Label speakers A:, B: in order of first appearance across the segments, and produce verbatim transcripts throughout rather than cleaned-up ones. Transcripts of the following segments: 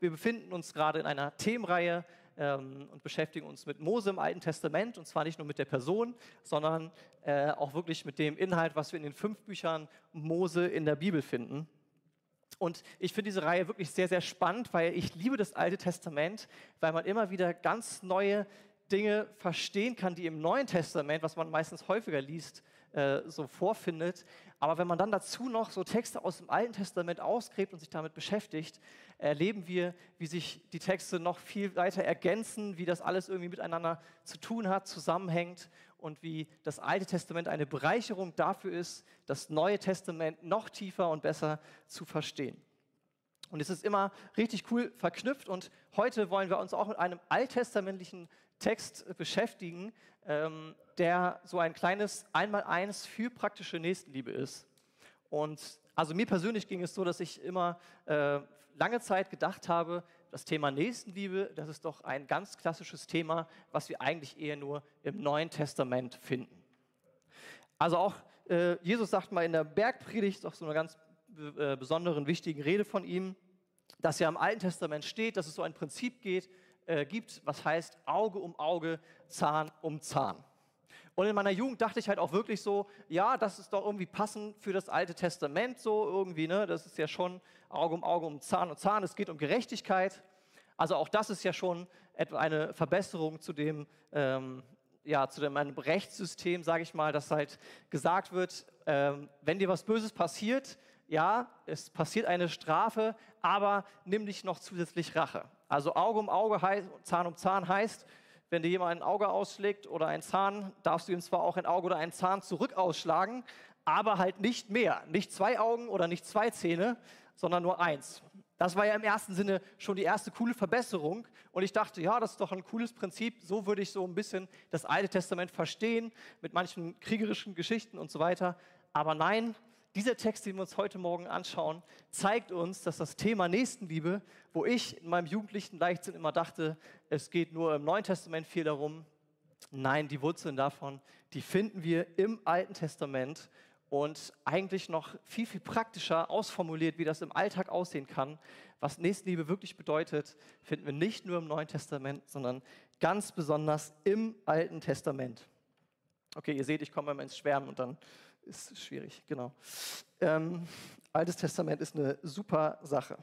A: Wir befinden uns gerade in einer Themenreihe ähm, und beschäftigen uns mit Mose im Alten Testament, und zwar nicht nur mit der Person, sondern äh, auch wirklich mit dem Inhalt, was wir in den fünf Büchern Mose in der Bibel finden. Und ich finde diese Reihe wirklich sehr, sehr spannend, weil ich liebe das Alte Testament, weil man immer wieder ganz neue Dinge verstehen kann, die im Neuen Testament, was man meistens häufiger liest, äh, so vorfindet. Aber wenn man dann dazu noch so Texte aus dem Alten Testament ausgräbt und sich damit beschäftigt, erleben wir, wie sich die Texte noch viel weiter ergänzen, wie das alles irgendwie miteinander zu tun hat, zusammenhängt und wie das Alte Testament eine Bereicherung dafür ist, das Neue Testament noch tiefer und besser zu verstehen. Und es ist immer richtig cool verknüpft, und heute wollen wir uns auch mit einem alttestamentlichen Text beschäftigen, ähm, der so ein kleines Einmaleins für praktische Nächstenliebe ist. Und also mir persönlich ging es so, dass ich immer äh, lange Zeit gedacht habe, das Thema Nächstenliebe, das ist doch ein ganz klassisches Thema, was wir eigentlich eher nur im Neuen Testament finden. Also auch äh, Jesus sagt mal in der Bergpredigt, auch so eine ganz äh, besonderen, wichtigen Rede von ihm, dass ja im Alten Testament steht, dass es so ein Prinzip geht, äh, gibt, was heißt Auge um Auge, Zahn um Zahn. Und in meiner Jugend dachte ich halt auch wirklich so, ja, das ist doch irgendwie passend für das Alte Testament so irgendwie, ne? Das ist ja schon Auge um Auge, um Zahn um Zahn, es geht um Gerechtigkeit. Also auch das ist ja schon etwa eine Verbesserung zu dem, ähm, ja, zu dem einem Rechtssystem, sage ich mal, dass halt gesagt wird, ähm, wenn dir was Böses passiert, ja, es passiert eine Strafe, aber nimm nicht noch zusätzlich Rache. Also Auge um Auge, heißt, Zahn um Zahn heißt, wenn dir jemand ein Auge ausschlägt oder ein Zahn, darfst du ihm zwar auch ein Auge oder einen Zahn zurück ausschlagen, aber halt nicht mehr. Nicht zwei Augen oder nicht zwei Zähne, sondern nur eins. Das war ja im ersten Sinne schon die erste coole Verbesserung. Und ich dachte, ja, das ist doch ein cooles Prinzip. So würde ich so ein bisschen das Alte Testament verstehen, mit manchen kriegerischen Geschichten und so weiter. Aber nein, dieser Text, den wir uns heute Morgen anschauen, zeigt uns, dass das Thema Nächstenliebe, wo ich in meinem jugendlichen Leichtsinn immer dachte, es geht nur im Neuen Testament viel darum, nein, die Wurzeln davon, die finden wir im Alten Testament und eigentlich noch viel, viel praktischer ausformuliert, wie das im Alltag aussehen kann. Was Nächstenliebe wirklich bedeutet, finden wir nicht nur im Neuen Testament, sondern ganz besonders im Alten Testament. Okay, ihr seht, ich komme immer ins Schwärmen und dann ist es schwierig, genau. Ähm, Altes Testament ist eine super Sache.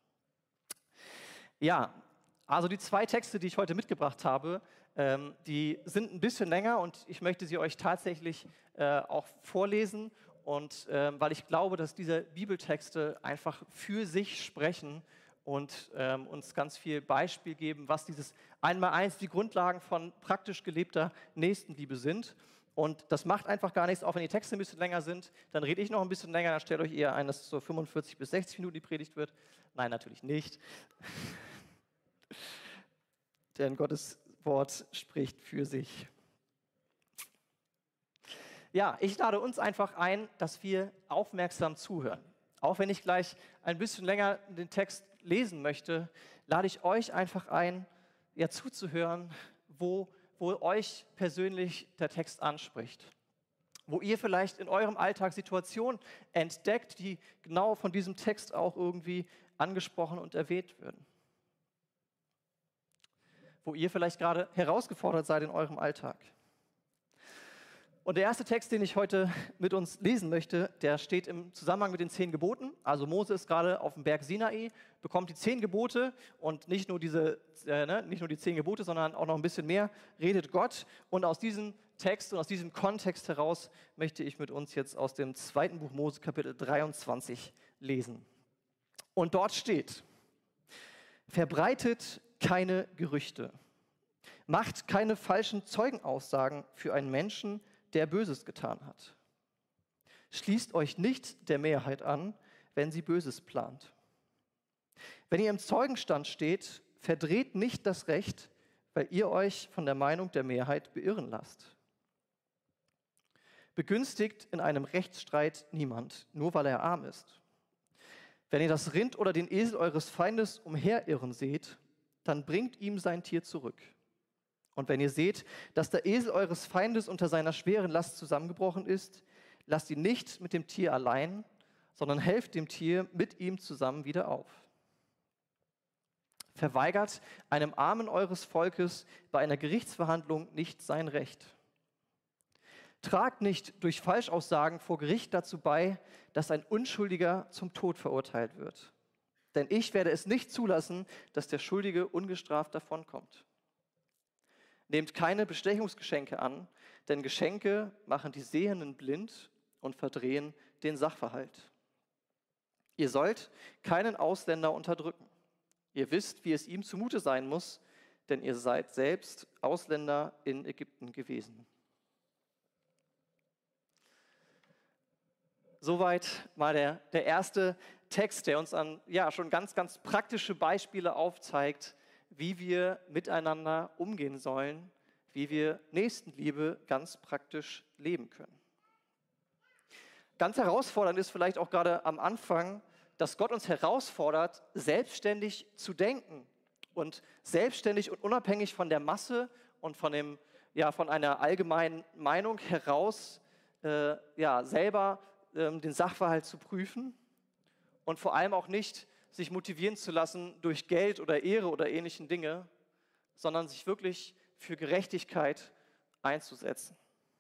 A: Ja, also die zwei Texte, die ich heute mitgebracht habe, ähm, die sind ein bisschen länger und ich möchte sie euch tatsächlich äh, auch vorlesen, und ähm, weil ich glaube, dass diese Bibeltexte einfach für sich sprechen und ähm, uns ganz viel Beispiel geben, was dieses Einmaleins, die Grundlagen von praktisch gelebter Nächstenliebe sind. Und das macht einfach gar nichts, auch wenn die Texte ein bisschen länger sind, dann rede ich noch ein bisschen länger, dann stellt euch eher ein, dass es so fünfundvierzig bis sechzig Minuten die Predigt wird. Nein, natürlich nicht. Denn Gottes Wort spricht für sich. Ja, ich lade uns einfach ein, dass wir aufmerksam zuhören. Auch wenn ich gleich ein bisschen länger den Text lesen möchte, lade ich euch einfach ein, ja, zuzuhören, wo wo euch persönlich der Text anspricht, wo ihr vielleicht in eurem Alltag Situationen entdeckt, die genau von diesem Text auch irgendwie angesprochen und erwähnt werden, wo ihr vielleicht gerade herausgefordert seid in eurem Alltag. Und der erste Text, den ich heute mit uns lesen möchte, der steht im Zusammenhang mit den zehn Geboten. Also Mose ist gerade auf dem Berg Sinai, bekommt die zehn Gebote, und nicht nur, diese, äh, ne, nicht nur die zehn Gebote, sondern auch noch ein bisschen mehr redet Gott. Und aus diesem Text und aus diesem Kontext heraus möchte ich mit uns jetzt aus dem zweiten Buch Mose, Kapitel dreiundzwanzig, lesen. Und dort steht: Verbreitet keine Gerüchte, macht keine falschen Zeugenaussagen für einen Menschen, der Böses getan hat. Schließt euch nicht der Mehrheit an, wenn sie Böses plant. Wenn ihr im Zeugenstand steht, verdreht nicht das Recht, weil ihr euch von der Meinung der Mehrheit beirren lasst. Begünstigt in einem Rechtsstreit niemand, nur weil er arm ist. Wenn ihr das Rind oder den Esel eures Feindes umherirren seht, dann bringt ihm sein Tier zurück. Und wenn ihr seht, dass der Esel eures Feindes unter seiner schweren Last zusammengebrochen ist, lasst ihn nicht mit dem Tier allein, sondern helft dem Tier mit ihm zusammen wieder auf. Verweigert einem Armen eures Volkes bei einer Gerichtsverhandlung nicht sein Recht. Tragt nicht durch Falschaussagen vor Gericht dazu bei, dass ein Unschuldiger zum Tod verurteilt wird. Denn ich werde es nicht zulassen, dass der Schuldige ungestraft davonkommt. Nehmt keine Bestechungsgeschenke an, denn Geschenke machen die Sehenden blind und verdrehen den Sachverhalt. Ihr sollt keinen Ausländer unterdrücken. Ihr wisst, wie es ihm zumute sein muss, denn ihr seid selbst Ausländer in Ägypten gewesen. Soweit mal der, der erste Text, der uns an ja, schon ganz, ganz praktische Beispiele aufzeigt, wie wir miteinander umgehen sollen, wie wir Nächstenliebe ganz praktisch leben können. Ganz herausfordernd ist vielleicht auch gerade am Anfang, dass Gott uns herausfordert, selbstständig zu denken und selbstständig und unabhängig von der Masse und von, dem, ja, von einer allgemeinen Meinung heraus äh, ja, selber ähm, den Sachverhalt zu prüfen und vor allem auch nicht sich motivieren zu lassen durch Geld oder Ehre oder ähnlichen Dinge, sondern sich wirklich für Gerechtigkeit einzusetzen.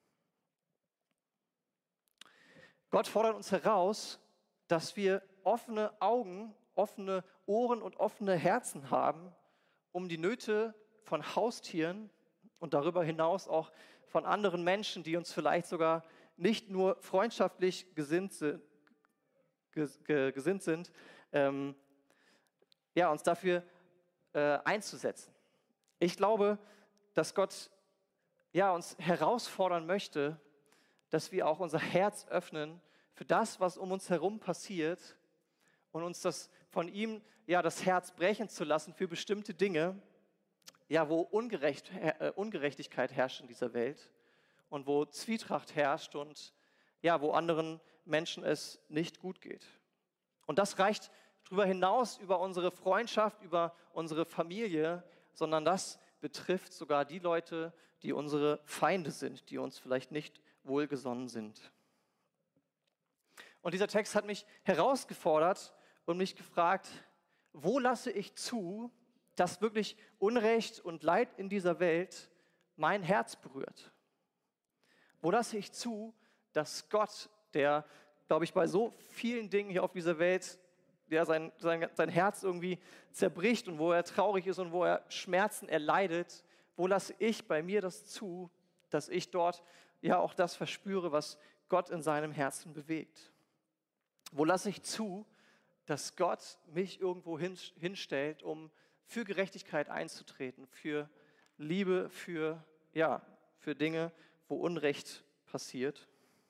A: Gott fordert uns heraus, dass wir offene Augen, offene Ohren und offene Herzen haben, um die Nöte von Haustieren und darüber hinaus auch von anderen Menschen, die uns vielleicht sogar nicht nur freundschaftlich gesinnt sind, gesinnt sind ähm, ja, uns dafür äh, einzusetzen. Ich glaube, dass Gott ja, uns herausfordern möchte, dass wir auch unser Herz öffnen für das, was um uns herum passiert und uns das von ihm, ja, das Herz brechen zu lassen für bestimmte Dinge, ja, wo Ungerecht, äh, Ungerechtigkeit herrscht in dieser Welt und wo Zwietracht herrscht und ja, wo anderen Menschen es nicht gut geht. Und das reicht darüber hinaus über unsere Freundschaft, über unsere Familie, sondern das betrifft sogar die Leute, die unsere Feinde sind, die uns vielleicht nicht wohlgesonnen sind. Und dieser Text hat mich herausgefordert und mich gefragt, wo lasse ich zu, dass wirklich Unrecht und Leid in dieser Welt mein Herz berührt? Wo lasse ich zu, dass Gott, der, glaube ich, bei so vielen Dingen hier auf dieser Welt, der sein, sein, sein Herz irgendwie zerbricht und wo er traurig ist und wo er Schmerzen erleidet, wo lasse ich bei mir das zu, dass ich dort ja auch das verspüre, was Gott in seinem Herzen bewegt? Wo lasse ich zu, dass Gott mich irgendwo hinstellt, um für Gerechtigkeit einzutreten, für Liebe, für, ja, für Dinge, wo Unrecht passiert?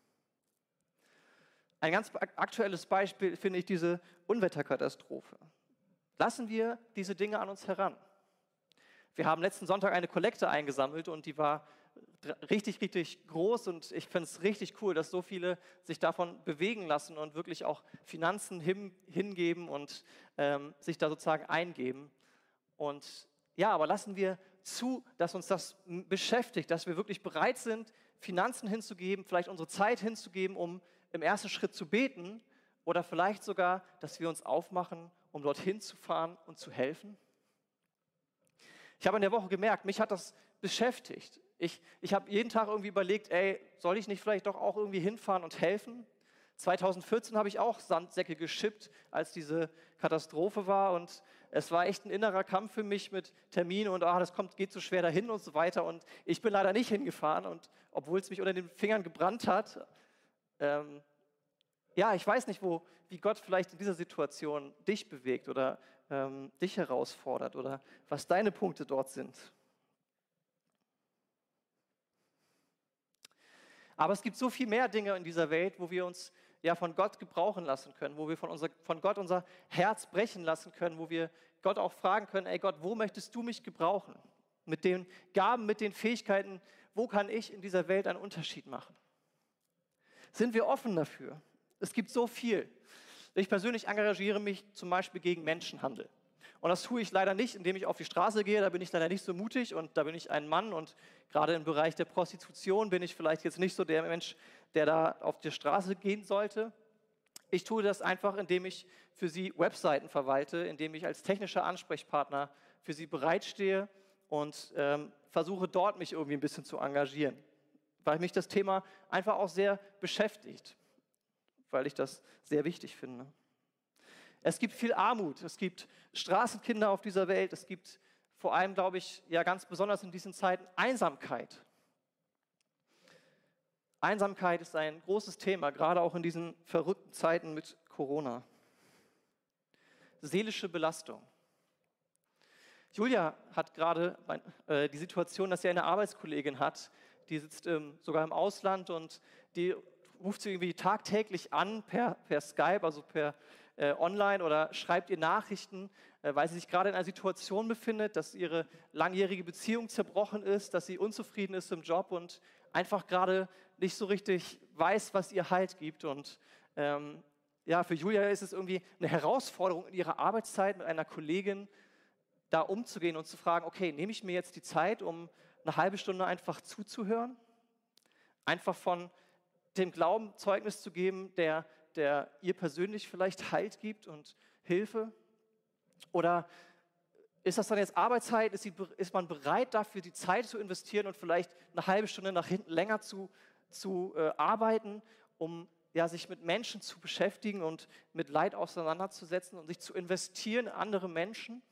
A: Ein ganz aktuelles Beispiel finde ich diese Unwetterkatastrophe. Lassen wir diese Dinge an uns heran. Wir haben letzten Sonntag eine Kollekte eingesammelt und die war richtig, richtig groß und ich finde es richtig cool, dass so viele sich davon bewegen lassen und wirklich auch Finanzen hin, hingeben und ähm, sich da sozusagen eingeben. Und ja, aber lassen wir zu, dass uns das beschäftigt, dass wir wirklich bereit sind, Finanzen hinzugeben, vielleicht unsere Zeit hinzugeben, um im ersten Schritt zu beten oder vielleicht sogar, dass wir uns aufmachen, um dorthin zu fahren und zu helfen. Ich habe in der Woche gemerkt, mich hat das beschäftigt. Ich, ich habe jeden Tag irgendwie überlegt, ey, soll ich nicht vielleicht doch auch irgendwie hinfahren und helfen? zwanzig vierzehn habe ich auch Sandsäcke geschippt, als diese Katastrophe war und es war echt ein innerer Kampf für mich mit Terminen und ah, das kommt, geht so schwer dahin und so weiter und ich bin leider nicht hingefahren und obwohl es mich unter den Fingern gebrannt hat, ähm, ja, ich weiß nicht, wo, wie Gott vielleicht in dieser Situation dich bewegt oder ähm, dich herausfordert oder was deine Punkte dort sind. Aber es gibt so viel mehr Dinge in dieser Welt, wo wir uns ja von Gott gebrauchen lassen können, wo wir von, unser, von Gott unser Herz brechen lassen können, wo wir Gott auch fragen können, ey Gott, wo möchtest du mich gebrauchen? Mit den Gaben, mit den Fähigkeiten, wo kann ich in dieser Welt einen Unterschied machen? Sind wir offen dafür? Es gibt so viel. Ich persönlich engagiere mich zum Beispiel gegen Menschenhandel. Und das tue ich leider nicht, indem ich auf die Straße gehe, da bin ich leider nicht so mutig und da bin ich ein Mann und gerade im Bereich der Prostitution bin ich vielleicht jetzt nicht so der Mensch, der da auf die Straße gehen sollte. Ich tue das einfach, indem ich für Sie Webseiten verwalte, indem ich als technischer Ansprechpartner für Sie bereitstehe und ähm, versuche dort mich irgendwie ein bisschen zu engagieren, weil mich das Thema einfach auch sehr beschäftigt, weil ich das sehr wichtig finde. Es gibt viel Armut, es gibt Straßenkinder auf dieser Welt, es gibt vor allem, glaube ich, ja ganz besonders in diesen Zeiten Einsamkeit. Einsamkeit ist ein großes Thema, gerade auch in diesen verrückten Zeiten mit Corona. Seelische Belastung. Julia hat gerade äh, die Situation, dass sie eine Arbeitskollegin hat, die sitzt ähm, sogar im Ausland und die ruft sie irgendwie tagtäglich an per, per Skype, also per äh, Online oder schreibt ihr Nachrichten, äh, weil sie sich gerade in einer Situation befindet, dass ihre langjährige Beziehung zerbrochen ist, dass sie unzufrieden ist im Job und einfach gerade nicht so richtig weiß, was ihr Halt gibt. Und ähm, ja, für Julia ist es irgendwie eine Herausforderung in ihrer Arbeitszeit mit einer Kollegin da umzugehen und zu fragen, okay, nehme ich mir jetzt die Zeit, um eine halbe Stunde einfach zuzuhören, einfach von dem Glauben Zeugnis zu geben, der, der ihr persönlich vielleicht Halt gibt und Hilfe? Oder ist das dann jetzt Arbeitszeit? Ist, sie, ist man bereit dafür, die Zeit zu investieren und vielleicht eine halbe Stunde nach hinten länger zu, zu äh, arbeiten, um ja, sich mit Menschen zu beschäftigen und mit Leid auseinanderzusetzen und sich zu investieren in andere Menschen?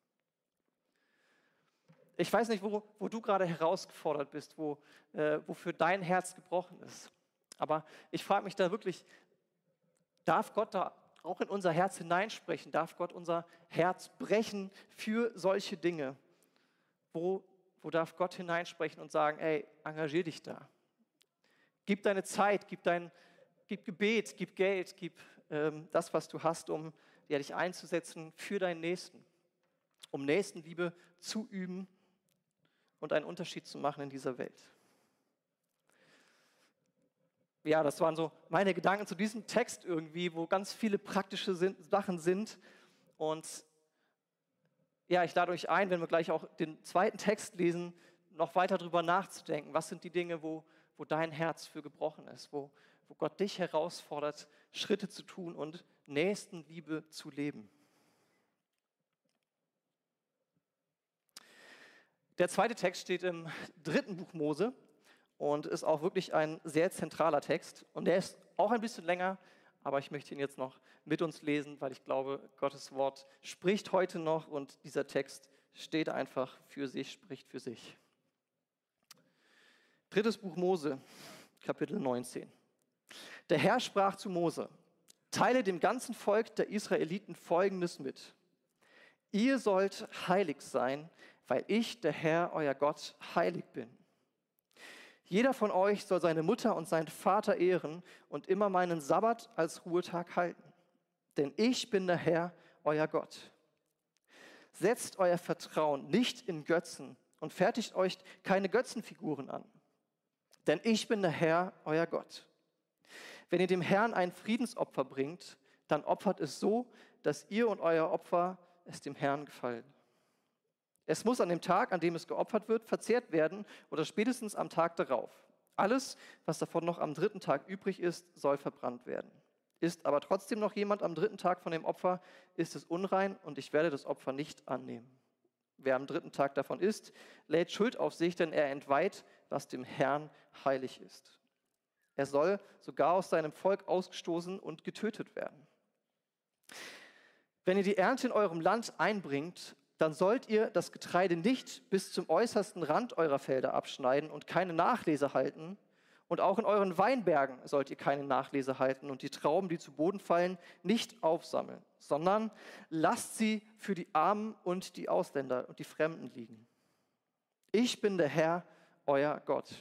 A: Ich weiß nicht, wo, wo du gerade herausgefordert bist, wo, äh, wofür dein Herz gebrochen ist. Aber ich frage mich da wirklich, darf Gott da auch in unser Herz hineinsprechen? Darf Gott unser Herz brechen für solche Dinge? Wo, wo darf Gott hineinsprechen und sagen, ey, engagier dich da. Gib deine Zeit, gib, dein, gib Gebet, gib Geld, gib ähm, das, was du hast, um ja, dich einzusetzen für deinen Nächsten. Um Nächstenliebe zu üben und einen Unterschied zu machen in dieser Welt. Ja, das waren so meine Gedanken zu diesem Text irgendwie, wo ganz viele praktische Sachen sind. Und ja, ich lade euch ein, wenn wir gleich auch den zweiten Text lesen, noch weiter darüber nachzudenken. Was sind die Dinge, wo, wo dein Herz für gebrochen ist, wo, wo Gott dich herausfordert, Schritte zu tun und Nächstenliebe zu leben. Der zweite Text steht im dritten Buch Mose und ist auch wirklich ein sehr zentraler Text. Und der ist auch ein bisschen länger, aber ich möchte ihn jetzt noch mit uns lesen, weil ich glaube, Gottes Wort spricht heute noch und dieser Text steht einfach für sich, spricht für sich. Drittes Buch Mose, Kapitel neunzehn. Der Herr sprach zu Mose: Teile dem ganzen Volk der Israeliten Folgendes mit. Ihr sollt heilig sein, weil ich, der Herr, euer Gott, heilig bin. Jeder von euch soll seine Mutter und seinen Vater ehren und immer meinen Sabbat als Ruhetag halten. Denn ich bin der Herr, euer Gott. Setzt euer Vertrauen nicht in Götzen und fertigt euch keine Götzenfiguren an. Denn ich bin der Herr, euer Gott. Wenn ihr dem Herrn ein Friedensopfer bringt, dann opfert es so, dass ihr und euer Opfer es dem Herrn gefallen. Es muss an dem Tag, an dem es geopfert wird, verzehrt werden oder spätestens am Tag darauf. Alles, was davon noch am dritten Tag übrig ist, soll verbrannt werden. Ist aber trotzdem noch jemand am dritten Tag von dem Opfer, ist es unrein und ich werde das Opfer nicht annehmen. Wer am dritten Tag davon isst, lädt Schuld auf sich, denn er entweiht, was dem Herrn heilig ist. Er soll sogar aus seinem Volk ausgestoßen und getötet werden. Wenn ihr die Ernte in eurem Land einbringt, dann sollt ihr das Getreide nicht bis zum äußersten Rand eurer Felder abschneiden und keine Nachlese halten. Und auch in euren Weinbergen sollt ihr keine Nachlese halten und die Trauben, die zu Boden fallen, nicht aufsammeln, sondern lasst sie für die Armen und die Ausländer und die Fremden liegen. Ich bin der Herr, euer Gott.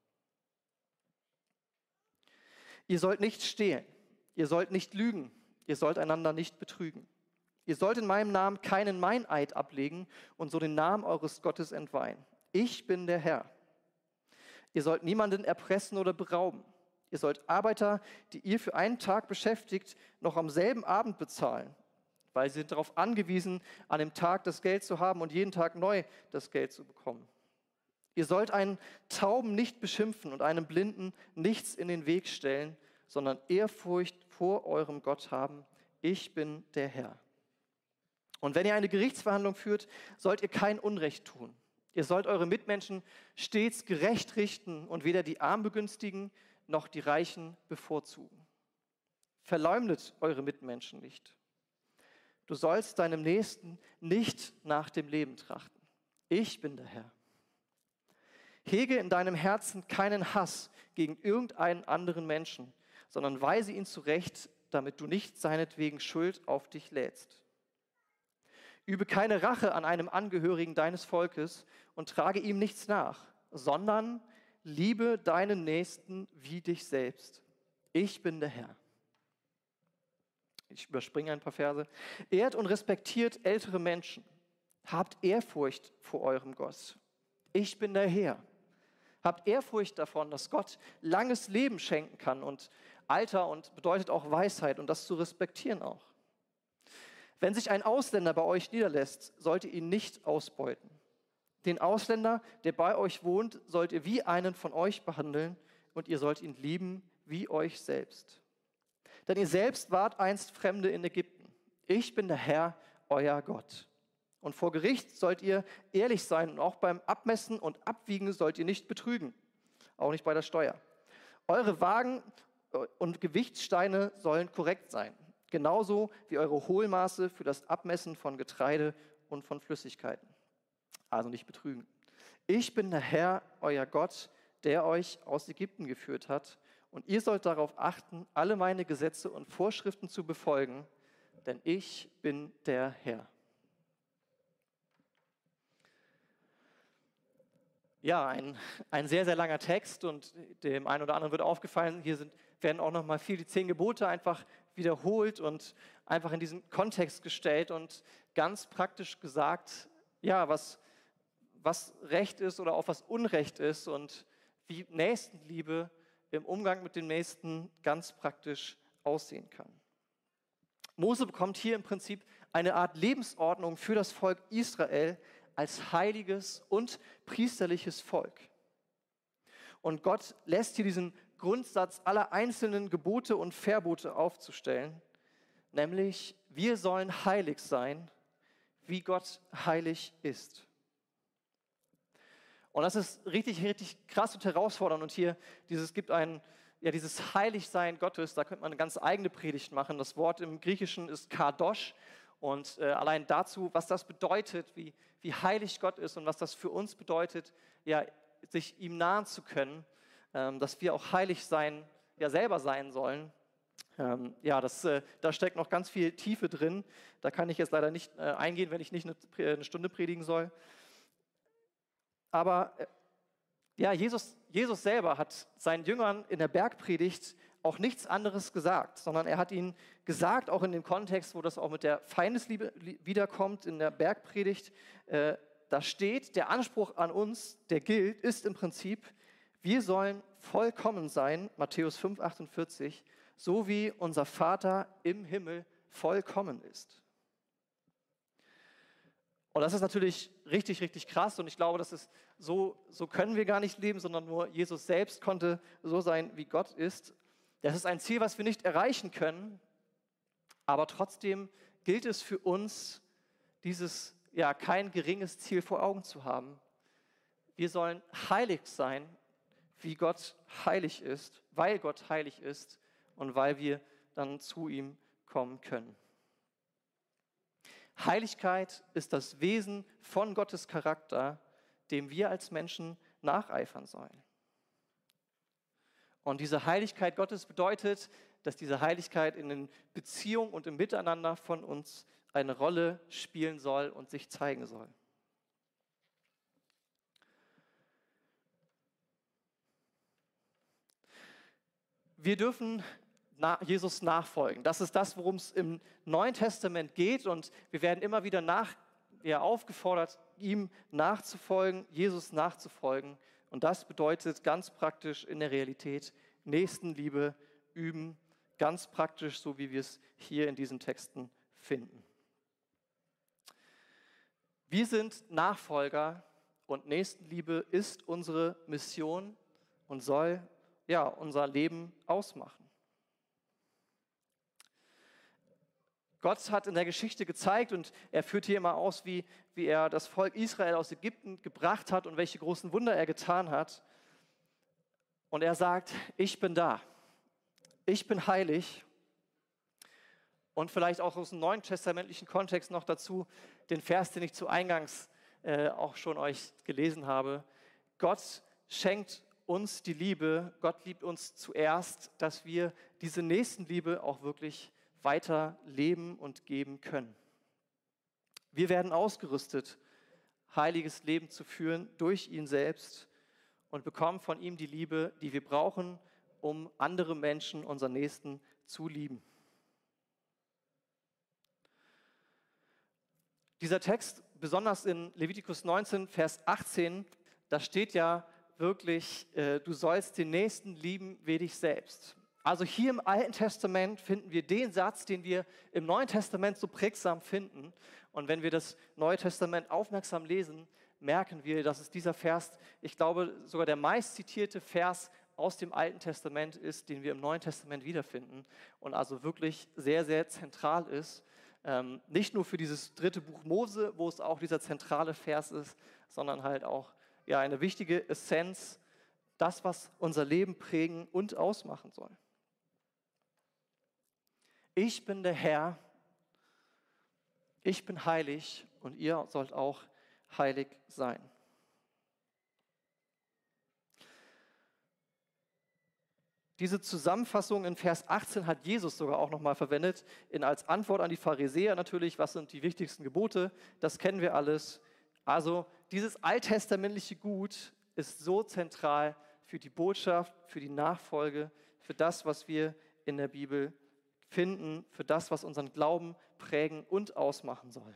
A: Ihr sollt nicht stehlen, ihr sollt nicht lügen, ihr sollt einander nicht betrügen. Ihr sollt in meinem Namen keinen Meineid ablegen und so den Namen eures Gottes entweihen. Ich bin der Herr. Ihr sollt niemanden erpressen oder berauben. Ihr sollt Arbeiter, die ihr für einen Tag beschäftigt, noch am selben Abend bezahlen, weil sie sind darauf angewiesen, an dem Tag das Geld zu haben und jeden Tag neu das Geld zu bekommen. Ihr sollt einen Tauben nicht beschimpfen und einem Blinden nichts in den Weg stellen, sondern Ehrfurcht vor eurem Gott haben. Ich bin der Herr. Und wenn ihr eine Gerichtsverhandlung führt, sollt ihr kein Unrecht tun. Ihr sollt eure Mitmenschen stets gerecht richten und weder die Armen begünstigen, noch die Reichen bevorzugen. Verleumdet eure Mitmenschen nicht. Du sollst deinem Nächsten nicht nach dem Leben trachten. Ich bin der Herr. Hege in deinem Herzen keinen Hass gegen irgendeinen anderen Menschen, sondern weise ihn zurecht, damit du nicht seinetwegen Schuld auf dich lädst. Übe keine Rache an einem Angehörigen deines Volkes und trage ihm nichts nach, sondern liebe deinen Nächsten wie dich selbst. Ich bin der Herr. Ich überspringe ein paar Verse. Ehrt und respektiert ältere Menschen. Habt Ehrfurcht vor eurem Gott. Ich bin der Herr. Habt Ehrfurcht davon, dass Gott langes Leben schenken kann und Alter und bedeutet auch Weisheit und das zu respektieren auch. Wenn sich ein Ausländer bei euch niederlässt, sollt ihr ihn nicht ausbeuten. Den Ausländer, der bei euch wohnt, sollt ihr wie einen von euch behandeln und ihr sollt ihn lieben wie euch selbst. Denn ihr selbst wart einst Fremde in Ägypten. Ich bin der Herr, euer Gott. Und vor Gericht sollt ihr ehrlich sein und auch beim Abmessen und Abwiegen sollt ihr nicht betrügen, auch nicht bei der Steuer. Eure Wagen und Gewichtssteine sollen korrekt sein, genauso wie eure Hohlmaße für das Abmessen von Getreide und von Flüssigkeiten. Also nicht betrügen. Ich bin der Herr, euer Gott, der euch aus Ägypten geführt hat. Und ihr sollt darauf achten, alle meine Gesetze und Vorschriften zu befolgen, denn ich bin der Herr. Ja, ein, ein sehr, sehr langer Text und dem einen oder anderen wird aufgefallen, hier sind, werden auch nochmal viel die zehn Gebote einfach wiederholt und einfach in diesen Kontext gestellt und ganz praktisch gesagt, ja, was, was Recht ist oder auch was Unrecht ist und wie Nächstenliebe im Umgang mit dem Nächsten ganz praktisch aussehen kann. Mose bekommt hier im Prinzip eine Art Lebensordnung für das Volk Israel als heiliges und priesterliches Volk. Und Gott lässt hier diesen Grundsatz aller einzelnen Gebote und Verbote aufzustellen, nämlich wir sollen heilig sein, wie Gott heilig ist. Und das ist richtig, richtig krass und herausfordernd. Und hier dieses gibt ein, ja, dieses Heiligsein Gottes, da könnte man eine ganz eigene Predigt machen. Das Wort im Griechischen ist Kadosh. Und äh, allein dazu, was das bedeutet, wie, wie heilig Gott ist und was das für uns bedeutet, ja, sich ihm nahen zu können, ähm, dass wir auch heilig sein, ja, selber sein sollen. Ähm, ja, das, äh, da steckt noch ganz viel Tiefe drin. Da kann ich jetzt leider nicht äh, eingehen, wenn ich nicht eine, eine Stunde predigen soll. Aber äh, ja, Jesus, Jesus selber hat seinen Jüngern in der Bergpredigt auch nichts anderes gesagt, sondern er hat ihnen gesagt, auch in dem Kontext, wo das auch mit der Feindesliebe wiederkommt, in der Bergpredigt, äh, da steht, der Anspruch an uns, der gilt, ist im Prinzip, wir sollen vollkommen sein, Matthäus fünf, achtundvierzig, so wie unser Vater im Himmel vollkommen ist. Und das ist natürlich richtig, richtig krass und ich glaube, das ist so, so können wir gar nicht leben, sondern nur Jesus selbst konnte so sein, wie Gott ist. Das ist ein Ziel, was wir nicht erreichen können, aber trotzdem gilt es für uns, dieses ja kein geringes Ziel vor Augen zu haben. Wir sollen heilig sein, wie Gott heilig ist, weil Gott heilig ist und weil wir dann zu ihm kommen können. Heiligkeit ist das Wesen von Gottes Charakter, dem wir als Menschen nacheifern sollen. Und diese Heiligkeit Gottes bedeutet, dass diese Heiligkeit in den Beziehungen und im Miteinander von uns eine Rolle spielen soll und sich zeigen soll. Wir dürfen Jesus nachfolgen. Das ist das, worum es im Neuen Testament geht und wir werden immer wieder nach, ja, aufgefordert, ihm nachzufolgen, Jesus nachzufolgen. Und das bedeutet ganz praktisch in der Realität Nächstenliebe üben, ganz praktisch, so wie wir es hier in diesen Texten finden. Wir sind Nachfolger und Nächstenliebe ist unsere Mission und soll ja unser Leben ausmachen. Gott hat in der Geschichte gezeigt und er führt hier immer aus, wie, wie er das Volk Israel aus Ägypten gebracht hat und welche großen Wunder er getan hat. Und er sagt, ich bin da, ich bin heilig. Und vielleicht auch aus dem neuen testamentlichen Kontext noch dazu, den Vers, den ich zu Eingangs äh, auch schon euch gelesen habe. Gott schenkt uns die Liebe, Gott liebt uns zuerst, dass wir diese Nächstenliebe auch wirklich weiter leben und geben können. Wir werden ausgerüstet, heiliges Leben zu führen durch ihn selbst und bekommen von ihm die Liebe, die wir brauchen, um andere Menschen, unseren Nächsten, zu lieben. Dieser Text, besonders in Levitikus neunzehn, Vers achtzehn, da steht ja wirklich, äh, du sollst den Nächsten lieben wie dich selbst. Also hier im Alten Testament finden wir den Satz, den wir im Neuen Testament so prägsam finden. Und wenn wir das Neue Testament aufmerksam lesen, merken wir, dass es dieser Vers, ich glaube, sogar der meistzitierte Vers aus dem Alten Testament ist, den wir im Neuen Testament wiederfinden und also wirklich sehr, sehr zentral ist. Ähm, nicht nur für dieses dritte Buch Mose, wo es auch dieser zentrale Vers ist, sondern halt auch ja, eine wichtige Essenz, das, was unser Leben prägen und ausmachen soll. Ich bin der Herr, ich bin heilig und ihr sollt auch heilig sein. Diese Zusammenfassung in Vers achtzehn hat Jesus sogar auch nochmal verwendet, in als Antwort an die Pharisäer natürlich, was sind die wichtigsten Gebote, das kennen wir alles. Also dieses alttestamentliche Gut ist so zentral für die Botschaft, für die Nachfolge, für das, was wir in der Bibel finden, für das, was unseren Glauben prägen und ausmachen soll.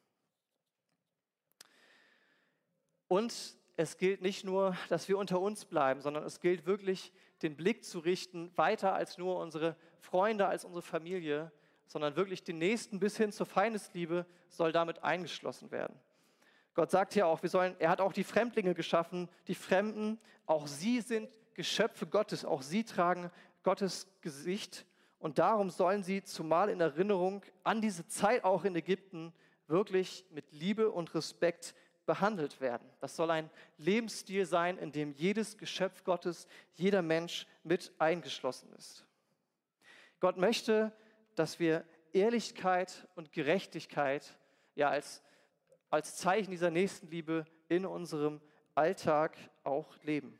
A: Und es gilt nicht nur, dass wir unter uns bleiben, sondern es gilt wirklich, den Blick zu richten, weiter als nur unsere Freunde, als unsere Familie, sondern wirklich den Nächsten bis hin zur Feindesliebe soll damit eingeschlossen werden. Gott sagt ja auch, wir sollen, er hat auch die Fremdlinge geschaffen, die Fremden, auch sie sind Geschöpfe Gottes, auch sie tragen Gottes Gesicht und darum sollen sie zumal in Erinnerung an diese Zeit auch in Ägypten wirklich mit Liebe und Respekt behandelt werden. Das soll ein Lebensstil sein, in dem jedes Geschöpf Gottes, jeder Mensch mit eingeschlossen ist. Gott möchte, dass wir Ehrlichkeit und Gerechtigkeit ja als, als Zeichen dieser Nächstenliebe in unserem Alltag auch leben.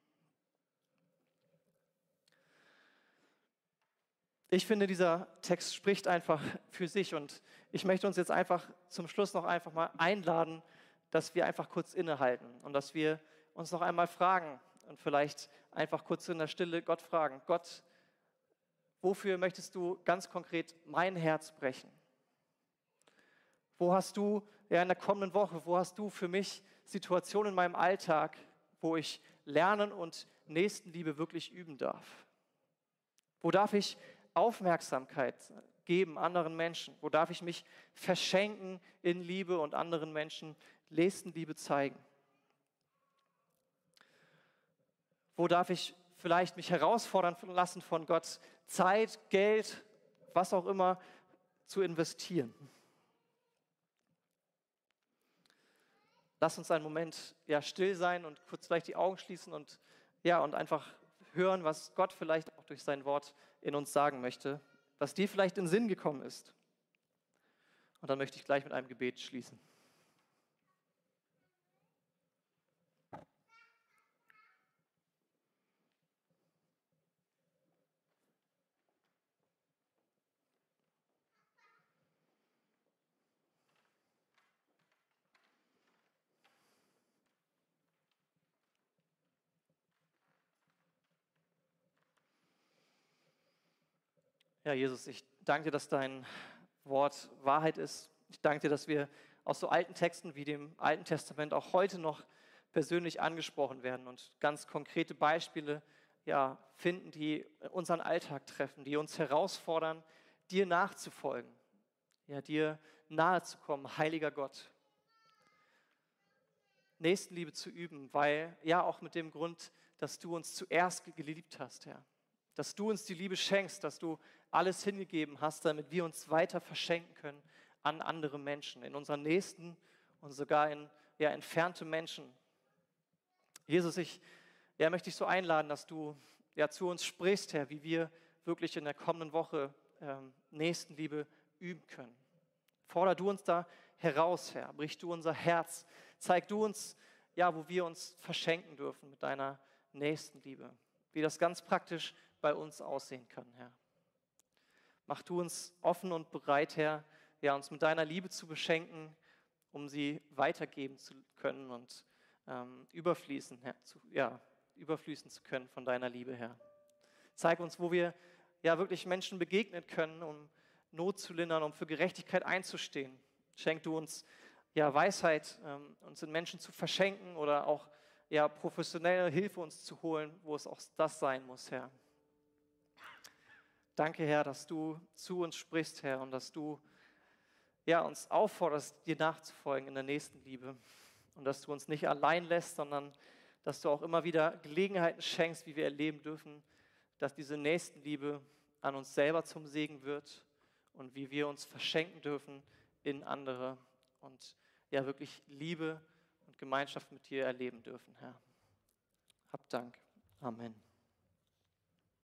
A: Ich finde, dieser Text spricht einfach für sich und ich möchte uns jetzt einfach zum Schluss noch einfach mal einladen, dass wir einfach kurz innehalten und dass wir uns noch einmal fragen und vielleicht einfach kurz in der Stille Gott fragen, Gott, wofür möchtest du ganz konkret mein Herz brechen? Wo hast du ja in der kommenden Woche, wo hast du für mich Situationen in meinem Alltag, wo ich lernen und Nächstenliebe wirklich üben darf? Wo darf ich Aufmerksamkeit geben anderen Menschen? Wo darf ich mich verschenken in Liebe und anderen Menschen Nächstenliebe zeigen? Wo darf ich vielleicht mich herausfordern lassen von Gott, Zeit, Geld, was auch immer, zu investieren? Lass uns einen Moment ja, still sein und kurz vielleicht die Augen schließen und, ja, und einfach hören, was Gott vielleicht auch durch sein Wort in uns sagen möchte, was dir vielleicht in den Sinn gekommen ist. Und dann möchte ich gleich mit einem Gebet schließen. Ja, Jesus, ich danke dir, dass dein Wort Wahrheit ist. Ich danke dir, dass wir aus so alten Texten wie dem Alten Testament auch heute noch persönlich angesprochen werden und ganz konkrete Beispiele ja, finden, die unseren Alltag treffen, die uns herausfordern, dir nachzufolgen, ja, dir nahe zu kommen, heiliger Gott. Nächstenliebe zu üben, weil ja auch mit dem Grund, dass du uns zuerst geliebt hast, Herr. dass du uns die Liebe schenkst, dass du alles hingegeben hast, damit wir uns weiter verschenken können an andere Menschen, in unseren Nächsten und sogar in ja, entfernte Menschen. Jesus, ich ja, möchte dich so einladen, dass du ja, zu uns sprichst, Herr, wie wir wirklich in der kommenden Woche ähm, Nächstenliebe üben können. Forder du uns da heraus, Herr, brich du unser Herz, zeig du uns, ja, wo wir uns verschenken dürfen mit deiner Nächstenliebe, wie das ganz praktisch bei uns aussehen kann, Herr. Mach du uns offen und bereit, Herr, ja, uns mit deiner Liebe zu beschenken, um sie weitergeben zu können und ähm, überfließen, Herr, zu, ja, überfließen zu können von deiner Liebe, Herr. Zeig uns, wo wir ja wirklich Menschen begegnen können, um Not zu lindern, um für Gerechtigkeit einzustehen. Schenk du uns ja Weisheit, ähm, uns in Menschen zu verschenken oder auch ja professionelle Hilfe uns zu holen, wo es auch das sein muss, Herr. Danke, Herr, dass du zu uns sprichst, Herr, und dass du ja, uns aufforderst, dir nachzufolgen in der Nächstenliebe. Und dass du uns nicht allein lässt, sondern dass du auch immer wieder Gelegenheiten schenkst, wie wir erleben dürfen, dass diese Nächstenliebe an uns selber zum Segen wird und wie wir uns verschenken dürfen in andere und ja wirklich Liebe und Gemeinschaft mit dir erleben dürfen, Herr. Hab Dank. Amen.